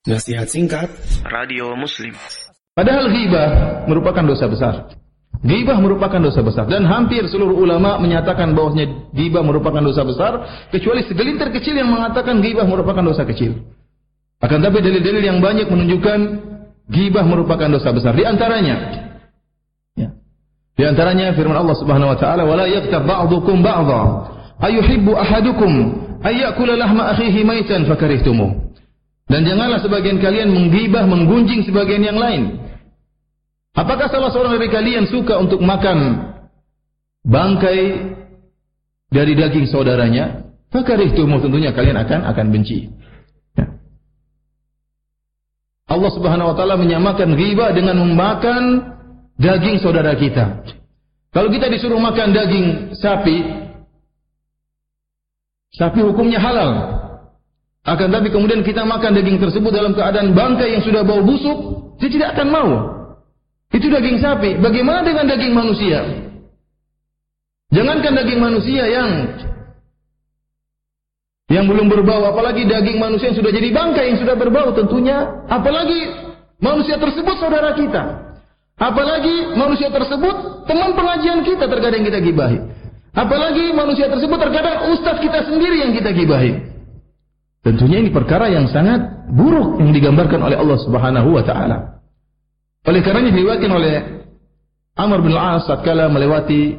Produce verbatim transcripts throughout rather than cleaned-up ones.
Nasihat singkat Radio Muslim. Padahal ghibah merupakan dosa besar. Ghibah merupakan dosa besar dan hampir seluruh ulama menyatakan bahwasanya ghibah merupakan dosa besar, kecuali segelintir kecil yang mengatakan ghibah merupakan dosa kecil. Akan tapi dalil-dalil yang banyak menunjukkan ghibah merupakan dosa besar. Di antaranya ya. Di antaranya firman Allah Subhanahu wa taala, "Wala yaghtab ba'dukum ba'dha, ayuhibbu ahadukum ayyakula lahma akhihi maitan fakarihtumuh." Dan janganlah sebagian kalian menggibah, menggunjing sebagian yang lain. Apakah salah seorang dari kalian suka untuk makan bangkai dari daging saudaranya? Fakarihtumuh, tentunya kalian akan akan benci. Ya. Allah Subhanahu wa taala menyamakan ghibah dengan memakan daging saudara kita. Kalau kita disuruh makan daging sapi, sapi hukumnya halal. Akan tapi kemudian kita makan daging tersebut dalam keadaan bangkai yang sudah bau busuk, dia tidak akan mau. Itu daging sapi. Bagaimana dengan daging manusia? Jangankan daging manusia yang yang belum berbau, apalagi daging manusia yang sudah jadi bangkai yang sudah berbau tentunya, apalagi manusia tersebut saudara kita. Apalagi manusia tersebut teman pengajian kita terkadang kita gibahi. Apalagi manusia tersebut terkadang ustaz kita sendiri yang kita gibahi. Tentunya ini perkara yang sangat buruk yang digambarkan oleh Allah Subhanahu wa taala. Oleh karenanya diriwayatkan oleh Amr bin Al-As tatkala melewati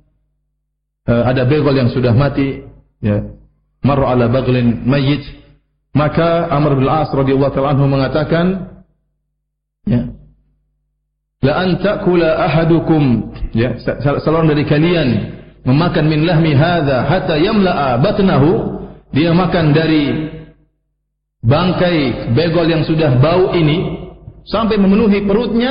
uh, ada begal yang sudah mati, ya. Marra ala baglin mayyit, maka Amr bin Al-As radhiyallahu ta'ala anhu mengatakan, ya, la an ta'kula ahadukum, ya, seorang dari kalian memakan min lahmi hadza hatta yamla'a batnahu, dia makan dari bangkai begol yang sudah bau ini sampai memenuhi perutnya,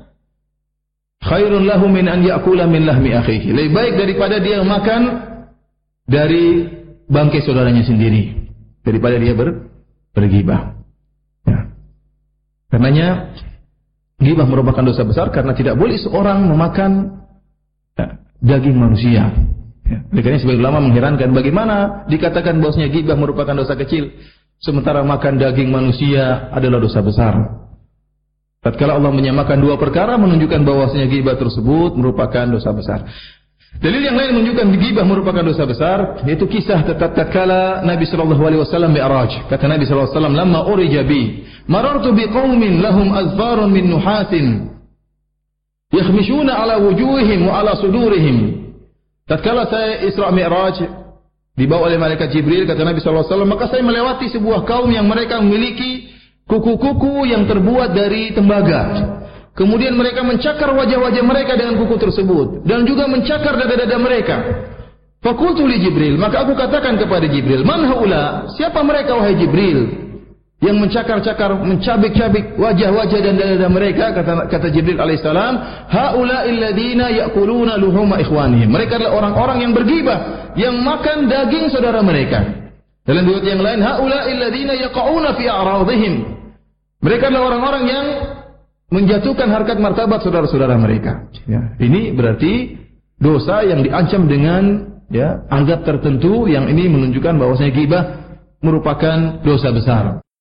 khairun lahu min an ya'kula min lahmi akhihi, lebih baik daripada dia makan dari bangkai saudaranya sendiri, daripada dia ber, bergibah. Ya. Karenanya gibah merupakan dosa besar karena tidak boleh seorang memakan ya, daging manusia. Ya. Oleh karena sebagian ulama mengherankan bagaimana dikatakan bahwasanya gibah merupakan dosa kecil, sementara makan daging manusia adalah dosa besar. Tatkala Allah menyamakan dua perkara menunjukkan bahwasanya gibah tersebut merupakan dosa besar. Dalil yang lain menunjukkan gibah merupakan dosa besar, yaitu kisah tatkala Nabi sallallahu alaihi wasallam mi'raj. Kata Nabi sallallahu alaihi wasallam, "Lamma urija bi, marartu biqaumin lahum azfarun min nuhasin yakhmishuna ala wujuhihim wa ala sudurihim." Tatkala saya Isra Mi'raj dibawa oleh malaikat Jibril, kata Nabi sallallahu alaihi wasallam, maka saya melewati sebuah kaum yang mereka memiliki kuku-kuku yang terbuat dari tembaga. Kemudian mereka mencakar wajah-wajah mereka dengan kuku tersebut dan juga mencakar dada-dada mereka. Faqultu li Jibril, maka aku katakan kepada Jibril, "Man haula? Siapa mereka wahai Jibril? Yang mencakar-cakar, mencabik-cabik wajah-wajah dan dada-dada mereka?" Kata, kata Jibril alaihissalam, "Haula'il ladzina ya'kuluna luhuma ikhwanihim." Mereka adalah orang-orang yang bergibah, yang makan daging saudara mereka. Dalam riwayat yang lain, "Haula'il ladzina yaqa'una fi a'radihim." Mereka adalah orang-orang yang menjatuhkan harkat martabat saudara-saudara mereka. Ya, ini berarti dosa yang diancam dengan ya azab tertentu, yang ini menunjukkan bahwasanya gibah merupakan dosa besar.